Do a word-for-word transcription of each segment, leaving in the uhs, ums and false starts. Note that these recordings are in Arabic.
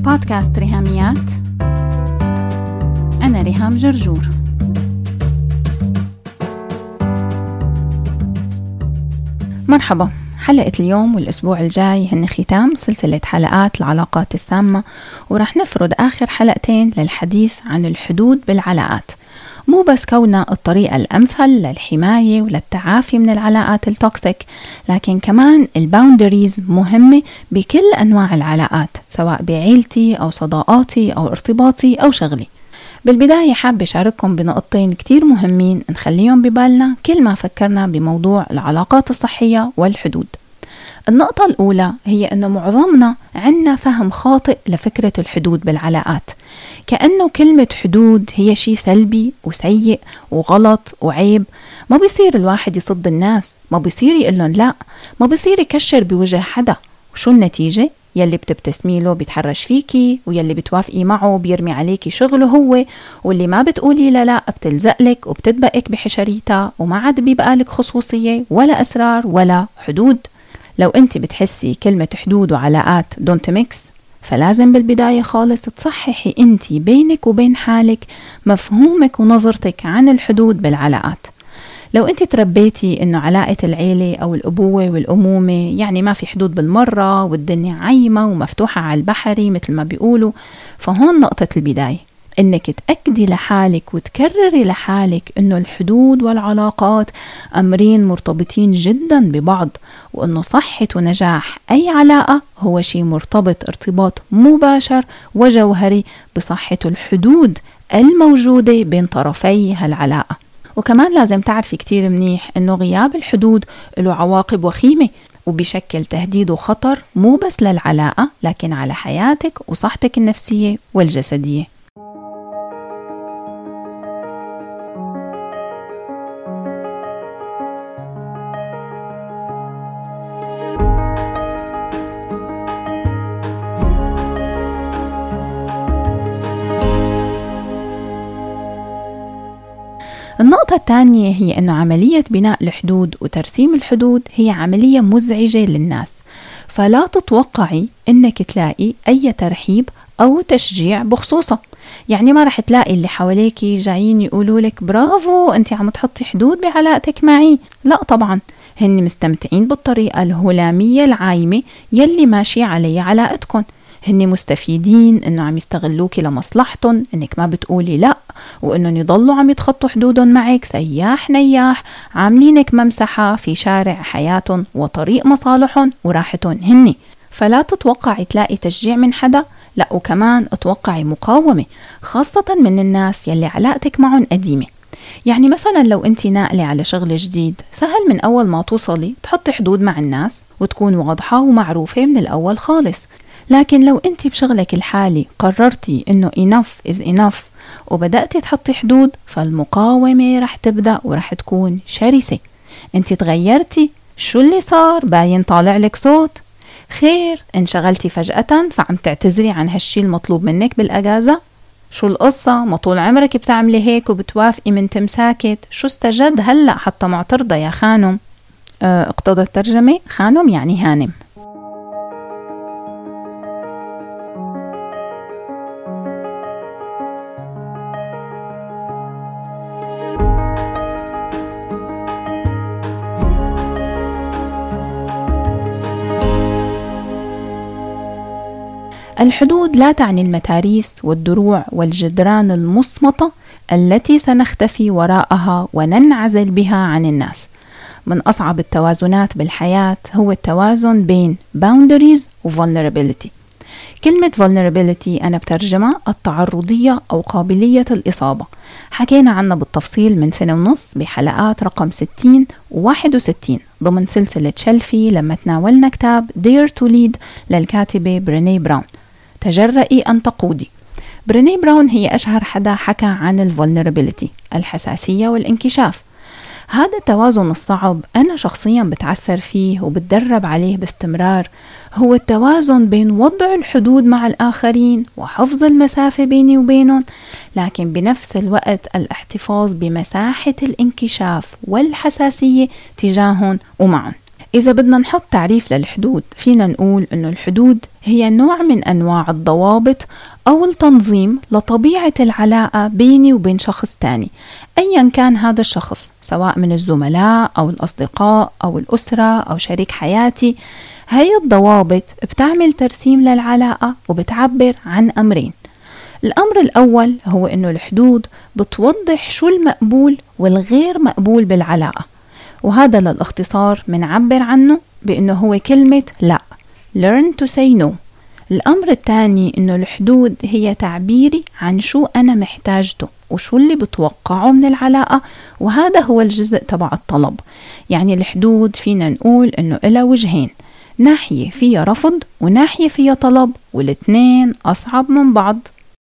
بودكاست ريهاميات. أنا ريهام جرجور. مرحبا. حلقة اليوم والأسبوع الجاي هن ختام سلسلة حلقات العلاقات السامة، ورح نفرد آخر حلقتين للحديث عن الحدود بالعلاقات، مو بس كونها الطريقة الأمثل للحماية وللتعافي من العلاقات التوكسيك، لكن كمان الباوندريز مهمة بكل أنواع العلاقات، سواء بعيلتي أو صداقاتي أو ارتباطي أو شغلي. بالبداية حابة أشارككم بنقطتين كتير مهمين نخليهم ببالنا كل ما فكرنا بموضوع العلاقات الصحية والحدود. النقطة الأولى هي أنه معظمنا عنا فهم خاطئ لفكرة الحدود بالعلاقات، كأنه كلمة حدود هي شيء سلبي وسيء وغلط وعيب. ما بيصير الواحد يصد الناس، ما بيصير يقولن لا، ما بيصير يكشر بوجه حدا. وشو النتيجة؟ يلي بتبتسمي له بيتحرش فيكي، ويلي بتوافقي معه بيرمي عليكي شغله هو، واللي ما بتقولي لا لا بتلزقلك وبتدبقك بحشريتها، وما عاد بيبقالك خصوصية ولا أسرار ولا حدود. لو انت بتحسي كلمة حدود وعلاقات دونت ميكس، فلازم بالبداية خالص تصححي انت بينك وبين حالك مفهومك ونظرتك عن الحدود بالعلاقات. لو انت تربيتي انه علاقة العيلة او الابوة والامومة يعني ما في حدود بالمرة، والدنيا عايمة ومفتوحة على البحري مثل ما بيقولوا، فهون نقطة البداية، انك تأكدي لحالك وتكرري لحالك انه الحدود والعلاقات امرين مرتبطين جدا ببعض، وانه صحة ونجاح اي علاقة هو شيء مرتبط ارتباط مباشر وجوهري بصحة الحدود الموجودة بين طرفي هالعلاقة. وكمان لازم تعرفي كتير منيح انه غياب الحدود له عواقب وخيمة، وبيشكل تهديد وخطر مو بس للعلاقة لكن على حياتك وصحتك النفسية والجسدية. النقطة الثانية هي أنه عملية بناء الحدود وترسيم الحدود هي عملية مزعجة للناس، فلا تتوقعي أنك تلاقي أي ترحيب أو تشجيع بخصوصها. يعني ما رح تلاقي اللي حواليكي جايين يقولوا لك برافو أنت عم تحطي حدود بعلاقتك معي، لا طبعا، هن مستمتعين بالطريقة الهلامية العايمة يلي ماشي علي علاقتكم. هن مستفيدين انه عم يستغلوكي لمصلحتهم، انك ما بتقولي لا، وانهم يضلوا عم يتخطوا حدودهم معك سياح نياح، عاملينك ممسحة في شارع حياتهم وطريق مصالحهم وراحتهم هن. فلا تتوقعي تلاقي تشجيع من حدا، لا وكمان اتوقعي مقاومة، خاصة من الناس يلي علاقتك معهم قديمة. يعني مثلا لو انت ناقلة على شغل جديد، سهل من اول ما توصلي تحطي حدود مع الناس وتكون واضحة ومعروفة من الاول خالص. لكن لو انت بشغلك الحالي قررتي انه enough is enough وبدأتي تحطي حدود، فالمقاومة رح تبدأ ورح تكون شرسة. انت تغيرتي، شو اللي صار؟ باين طالع لك صوت؟ خير، انشغلتي فجأة فعم تعتذري عن هالشي المطلوب منك بالأجازة؟ شو القصة؟ ما طول عمرك بتعملي هيك وبتوافقي من تمساكت، شو استجد هلأ حتى معترضة يا خانم؟ اه اقتضى الترجمة، خانم يعني هانم. الحدود لا تعني المتاريس والدروع والجدران المصمتة التي سنختفي وراءها وننعزل بها عن الناس. من أصعب التوازنات بالحياة هو التوازن بين boundaries و vulnerability. كلمة vulnerability أنا بترجمها التعرضية أو قابلية الإصابة، حكينا عنها بالتفصيل من سنة ونص بحلقات رقم ستين و واحد وستين ضمن سلسلة شلفي لما تناولنا كتاب Dare to Lead للكاتبة بريني براون، تجرئي أن تقودي. بريني براون هي أشهر حدا حكى عن الفولنربيليتي، الحساسية والانكشاف. هذا التوازن الصعب أنا شخصيا بتعثر فيه وبتدرب عليه باستمرار، هو التوازن بين وضع الحدود مع الآخرين وحفظ المسافة بيني وبينهم، لكن بنفس الوقت الاحتفاظ بمساحة الانكشاف والحساسية تجاههم ومعهم. إذا بدنا نحط تعريف للحدود فينا نقول إنه الحدود هي نوع من أنواع الضوابط أو التنظيم لطبيعة العلاقة بيني وبين شخص تاني أيا كان هذا الشخص، سواء من الزملاء أو الأصدقاء أو الأسرة أو شريك حياتي. هاي الضوابط بتعمل ترسيم للعلاقة وبتعبر عن أمرين. الأمر الأول هو إنه الحدود بتوضح شو المقبول والغير مقبول بالعلاقة، وهذا للاختصار منعبر عنه بأنه هو كلمة لا، learn to say no. الأمر الثاني إنه الحدود هي تعبيري عن شو أنا محتاجته وشو اللي بتوقعه من العلاقة، وهذا هو الجزء تبع الطلب. يعني الحدود فينا نقول إنه إلها وجهين، ناحية فيها رفض وناحية فيها طلب، والاثنين أصعب من بعض.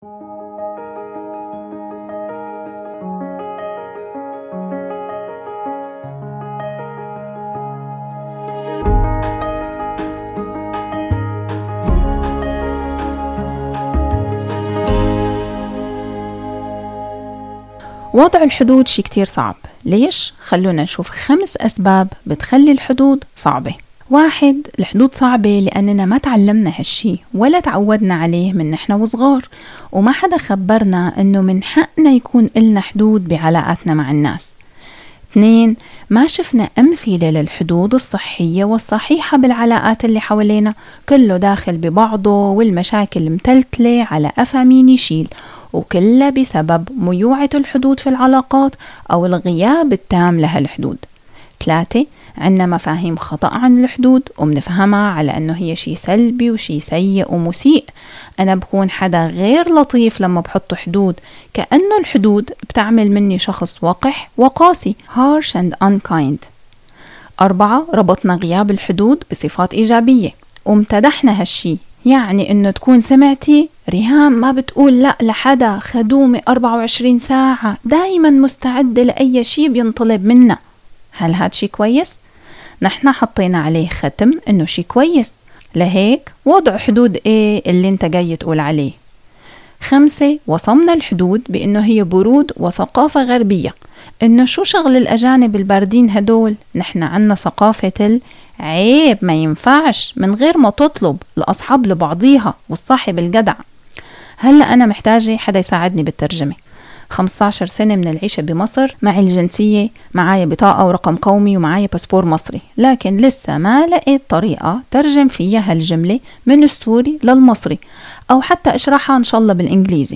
وضع الحدود شي كتير صعب. ليش؟ خلونا نشوف خمس أسباب بتخلي الحدود صعبة. واحد، الحدود صعبة لأننا ما تعلمنا هالشي ولا تعودنا عليه من نحن وصغار، وما حدا خبرنا أنه من حقنا يكون إلنا حدود بعلاقاتنا مع الناس. اثنين، ما شفنا أمثلة للحدود الصحية والصحيحة بالعلاقات اللي حوالينا، كله داخل ببعضه والمشاكل متلتلة على قفا مين يشيل، وكلها بسبب ميوعة الحدود في العلاقات أو الغياب التام لها الحدود. ثلاثة، عنا مفاهيم خطأ عن الحدود ومنفهمها على أنه هي شيء سلبي وشيء سيء ومسيء. أنا بكون حدا غير لطيف لما بحط حدود، كأنه الحدود بتعمل مني شخص وقح وقاسي، harsh and unkind. أربعة، ربطنا غياب الحدود بصفات إيجابية وامتدحنا هالشي، يعني إنه تكون سمعتي ريهام ما بتقول لا لحدا، خدومة أربعة وعشرين ساعة، دايما مستعدة لأي شي بينطلب منا. هل هاد شي كويس؟ نحن حطينا عليه ختم إنه شي كويس، لهيك وضع حدود إيه اللي انت جاي تقول عليه. خمسة، وصمنا الحدود بإنه هي برود وثقافة غربية، إنه شو شغل الأجانب الباردين هدول، نحن عنا ثقافة عيب ما ينفعش من غير ما تطلب، الأصحاب لبعضيها والصاحب الجدع. هلأ أنا محتاجة حدا يساعدني بالترجمة. خمسة عشر سنة من العيشة بمصر، معي الجنسية، معايا بطاقة ورقم قومي ومعايا باسبور مصري، لكن لسه ما لقيت طريقة ترجم فيها هالجملة من السوري للمصري، أو حتى اشرحها إن شاء الله بالإنجليزي.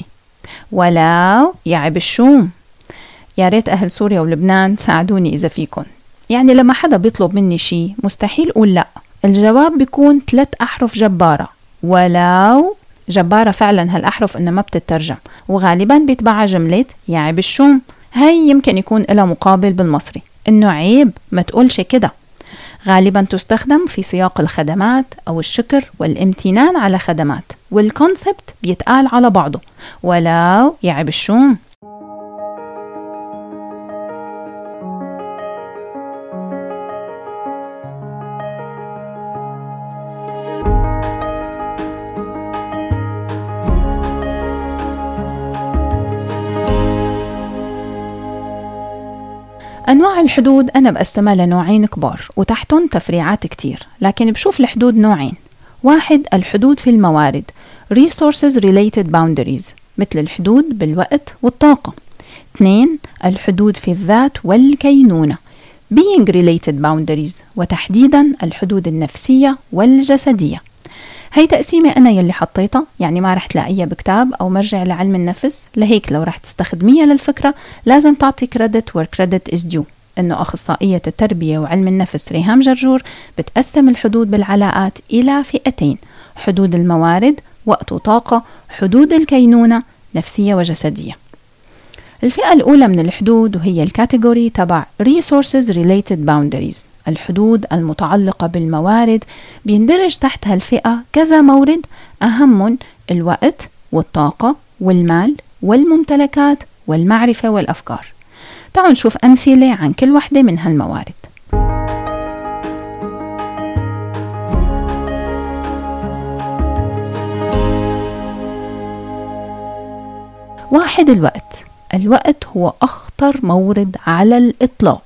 ولو يعب الشوم. يا ريت أهل سوريا ولبنان ساعدوني إذا فيكن. يعني لما حدا بيطلب مني شي مستحيل أقول لأ، الجواب بيكون ثلاث أحرف جبارة، ولو جبارة فعلا هالأحرف إنه ما بتترجم، وغالبا بيتبعها جملة يعب الشوم. هاي يمكن يكون لها مقابل بالمصري، إنه عيب ما تقولش كده. غالبا تستخدم في سياق الخدمات أو الشكر والامتنان على خدمات، والكونسبت بيتقال على بعضه، ولو يعب الشوم. أنواع الحدود أنا بقسمها لنوعين كبار وتحتهم تفريعات كتير، لكن بشوف الحدود نوعين. واحد، الحدود في الموارد resources related boundaries، مثل الحدود بالوقت والطاقة. اثنين، الحدود في الذات والكينونة being related boundaries، وتحديدا الحدود النفسية والجسدية. هي تقسيمة أنا يلي حطيتها، يعني ما رح تلاقيها بكتاب أو مرجع لعلم النفس، لهيك لو رح تستخدميها للفكرة لازم تعطي credit where credit is due. إنه أخصائية التربية وعلم النفس ريهام جرجور بتقسم الحدود بالعلاقات إلى فئتين: حدود الموارد وقت وطاقة، حدود الكينونة نفسية وجسدية. الفئة الأولى من الحدود وهي الكاتيجوري تبع resources related boundaries، الحدود المتعلقة بالموارد، بيندرج تحت هالفئة كذا مورد، أهم الوقت والطاقة والمال والممتلكات والمعرفة والأفكار. تعالوا نشوف أمثلة عن كل واحدة من هالموارد. واحد، الوقت. الوقت هو أخطر مورد على الإطلاق،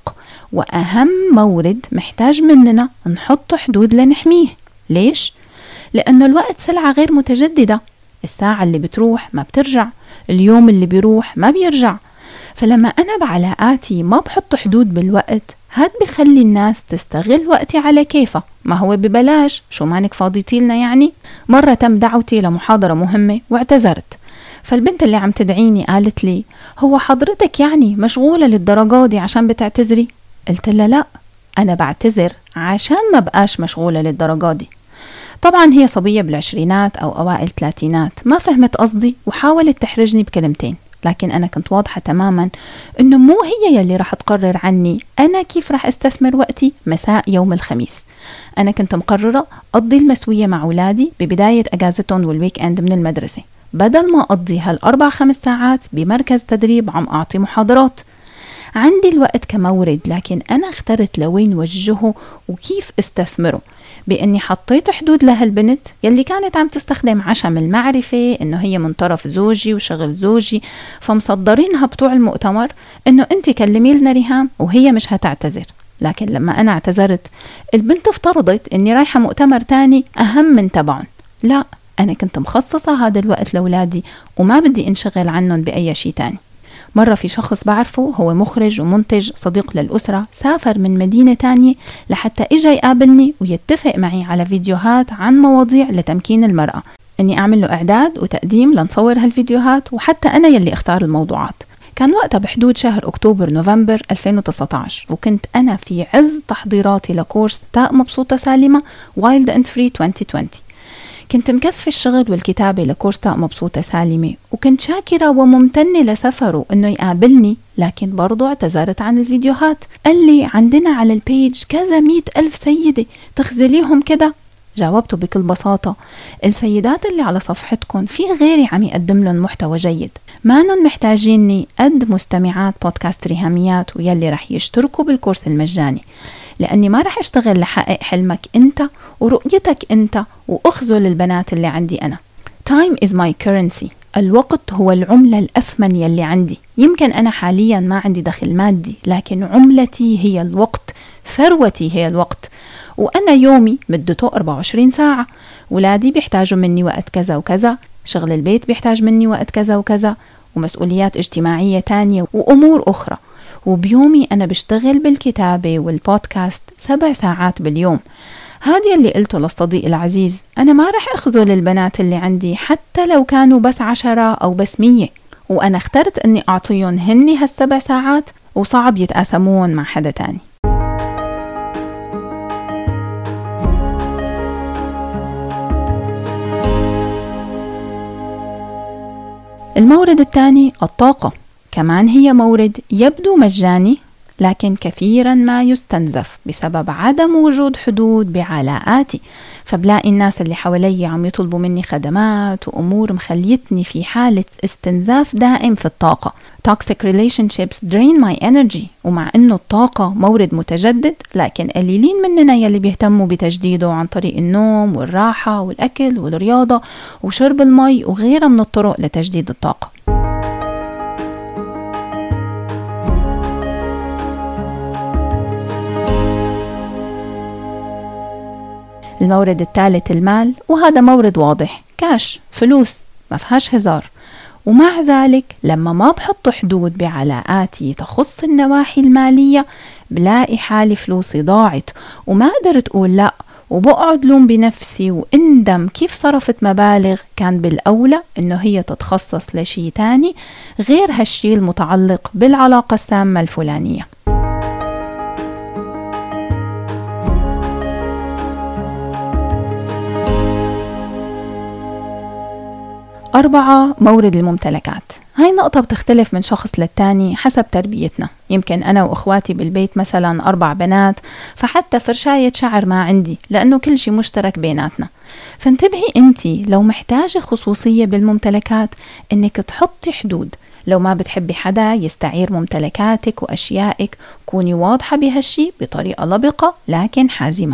وأهم مورد محتاج مننا نحط حدود لنحميه. ليش؟ لأنه الوقت سلعة غير متجددة، الساعة اللي بتروح ما بترجع، اليوم اللي بيروح ما بيرجع. فلما أنا بعلاقاتي ما بحط حدود بالوقت، هاد بخلي الناس تستغل وقتي على كيفها، ما هو ببلاش، شو مانك فاضيتيلنا يعني؟ مرة تم دعوتي لمحاضرة مهمة واعتذرت، فالبنت اللي عم تدعيني قالت لي: هو حضرتك يعني مشغولة للدرجة دي عشان بتعتذري؟ قلت لها: لا، أنا بعتذر عشان ما بقاش مشغولة للدرجة دي. طبعا هي صبية بالعشرينات أو أوائل الثلاثينات، ما فهمت قصدي وحاولت تحرجني بكلمتين، لكن أنا كنت واضحة تماما إنه مو هي يلي رح تقرر عني أنا كيف رح استثمر وقتي مساء يوم الخميس. أنا كنت مقررة أقضي المسوية مع أولادي ببداية أجازتهم والويك أند من المدرسة، بدل ما أقضي هالأربع خمس ساعات بمركز تدريب عم أعطي محاضرات. عندي الوقت كمورد، لكن أنا اخترت لوين وجهه وكيف استثمره، بأني حطيت حدود لهالبنت يلي كانت عم تستخدم عشم المعرفة إنه هي من طرف زوجي وشغل زوجي، فمصدرينها بتوع المؤتمر إنه أنت كلمي لنا ريهام وهي مش هتعتذر. لكن لما أنا اعتذرت، البنت افترضت إني رايحة مؤتمر تاني أهم من تبعهم. لا، أنا كنت مخصصة هذا الوقت لأولادي وما بدي انشغل عنهم بأي شيء تاني. مرة في شخص بعرفه، هو مخرج ومنتج صديق للأسرة، سافر من مدينة تانية لحتى إجا يقابلني ويتفق معي على فيديوهات عن مواضيع لتمكين المرأة، إني أعمل له إعداد وتقديم لنصور هالفيديوهات، وحتى أنا يلي اختار الموضوعات. كان وقتها بحدود شهر أكتوبر نوفمبر ألفين وتسعة عشر، وكنت أنا في عز تحضيراتي لكورس تاء مبسوطة سالمة وايلد اند فري ألفين وعشرين. كنت مكثف الشغل والكتابة لكورس تاء مبسوطة سالمة، وكنت شاكرة وممتنة لسفره إنه يقابلني، لكن برضو اعتذرت عن الفيديوهات. قال لي: عندنا على البيج كذا مئة ألف سيدة، تخذليهم كده؟ جاوبته بكل بساطة: السيدات اللي على صفحتكم في غيري عم يقدم لهم محتوى جيد، مانن محتاجيني قد مستمعات بودكاست ريهاميات ويلي رح يشتركوا بالكورس المجاني، لأني ما رح أشتغل لحقق حلمك أنت ورؤيتك أنت وأخذل البنات اللي عندي أنا. Time is my currency. الوقت هو العملة الأثمن يلي عندي. يمكن أنا حاليا ما عندي دخل مادي، لكن عملتي هي الوقت، ثروتي هي الوقت، وأنا يومي مدته أربعة وعشرين ساعة. ولادي بيحتاجوا مني وقت كذا وكذا، شغل البيت بيحتاج مني وقت كذا وكذا، ومسؤوليات اجتماعية تانية وأمور أخرى. وبيومي أنا بشتغل بالكتابة والبودكاست سبع ساعات باليوم. هذا اللي قلته للصديق العزيز: أنا ما رح أخذل البنات اللي عندي حتى لو كانوا بس عشرة أو بس مية، وأنا اخترت أني أعطيهم هني هالسبع ساعات، وصعب يتقاسمون مع حدا تاني. المورد الثاني الطاقة، كمان هي مورد يبدو مجاني، لكن كثيرا ما يستنزف بسبب عدم وجود حدود بعلاقاتي. فبلاقي الناس اللي حوالي عم يطلبوا مني خدمات وأمور مخليتني في حالة استنزاف دائم في الطاقة. Toxic relationships drain my energy. ومع أنه الطاقة مورد متجدد، لكن قليلين مننا يلي بيهتموا بتجديده عن طريق النوم والراحة والأكل والرياضة وشرب المي وغيرها من الطرق لتجديد الطاقة. المورد الثالث المال، وهذا مورد واضح، كاش، فلوس، ما فيهاش هزار. ومع ذلك لما ما بحط حدود بعلاقاتي تخص النواحي المالية، بلاقي حالي فلوسي ضاعت وما قدرت أقول لا، وبقعد لوم بنفسي واندم كيف صرفت مبالغ كان بالأولى إنه هي تتخصص لشي تاني غير هالشي المتعلق بالعلاقة السامة الفلانية. أربعة، مورد الممتلكات. هاي نقطة بتختلف من شخص للتاني حسب تربيتنا. يمكن أنا وأخواتي بالبيت مثلا أربع بنات، فحتى فرشاية شعر ما عندي لأنه كل شيء مشترك بيناتنا. فانتبهي أنتي لو محتاجة خصوصية بالممتلكات إنك تحطي حدود. لو ما بتحبي حدا يستعير ممتلكاتك وأشيائك، كوني واضحة بهالشي بطريقة لبقة لكن حازمة.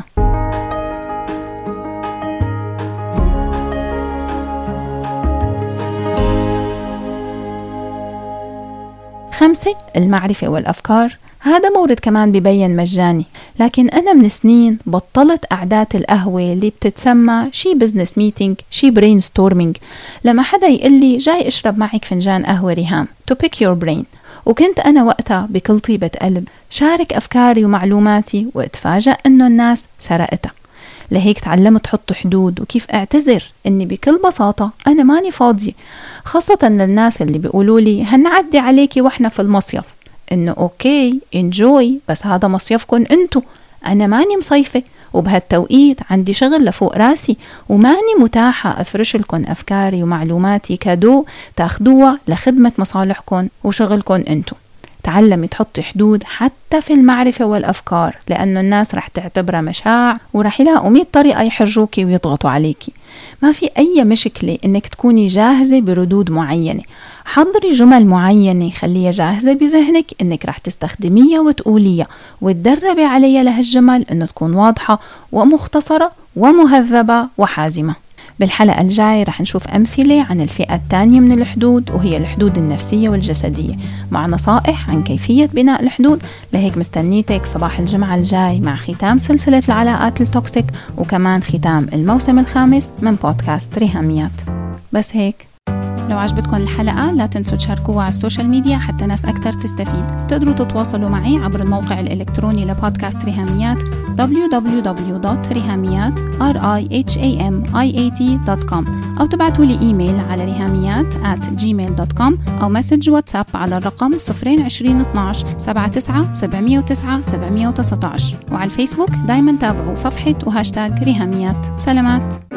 خمسة، المعرفة والأفكار. هذا مورد كمان ببين مجاني. لكن أنا من سنين بطلت قعدات القهوة اللي بتتسمى شي بزنس ميتينج، شي برين ستورمينج، لما حدا يقلي جاي اشرب معك فنجان قهوة ريهام to pick your brain. وكنت أنا وقتها بكل طيبة قلب شارك أفكاري ومعلوماتي، واتفاجأ أنه الناس سرقتها. لهيك تعلمت حط حدود وكيف اعتذر اني بكل بساطة انا ماني فاضية، خاصة للناس اللي بيقولوا لي هنعدي عليكي واحنا في المصيف، انه اوكي انجوي بس هذا مصيفكن انتو، انا ماني مصيفة وبهالتوقيت عندي شغل لفوق راسي وماني متاحة افرش لكم افكاري ومعلوماتي كادو تاخدوها لخدمة مصالحكم وشغلكم انتو. تعلمي تحطي حدود حتى في المعرفة والأفكار، لأنه الناس رح تعتبرها مشاع ورح يلاقوا مية طريقة يحرجوكي ويضغطوا عليكي. ما في أي مشكلة إنك تكوني جاهزة بردود معينة، حضري جمل معينة خليها جاهزة بذهنك إنك رح تستخدميها وتقوليها، وتدربي عليها لهالجمل إنه تكون واضحة ومختصرة ومهذبة وحازمة. بالحلقة الجاي رح نشوف أمثلة عن الفئة الثانية من الحدود، وهي الحدود النفسية والجسدية، مع نصائح عن كيفية بناء الحدود. لهيك مستنيتك صباح الجمعة الجاي مع ختام سلسلة العلاقات التوكسيك، وكمان ختام الموسم الخامس من بودكاست ريهاميات. بس هيك، لو عجبتكم الحلقة لا تنسوا تشاركوها على السوشيال ميديا حتى ناس أكتر تستفيد. تقدروا تتواصلوا معي عبر الموقع الإلكتروني لبودكاست ريهاميات دبليو دبليو دبليو دوت ريهاميات دوت كوم، أو تبعتوا لي إيميل على ريهاميات آت جيميل دوت كوم، أو مسج واتساب على الرقم صفرين عشرين اثناش سبعة تسعة سبعمية وتسعة سبعمية وتسعة عشر. وعلى الفيسبوك دايما تابعوا صفحة وهاشتاج ريهاميات. سلامات.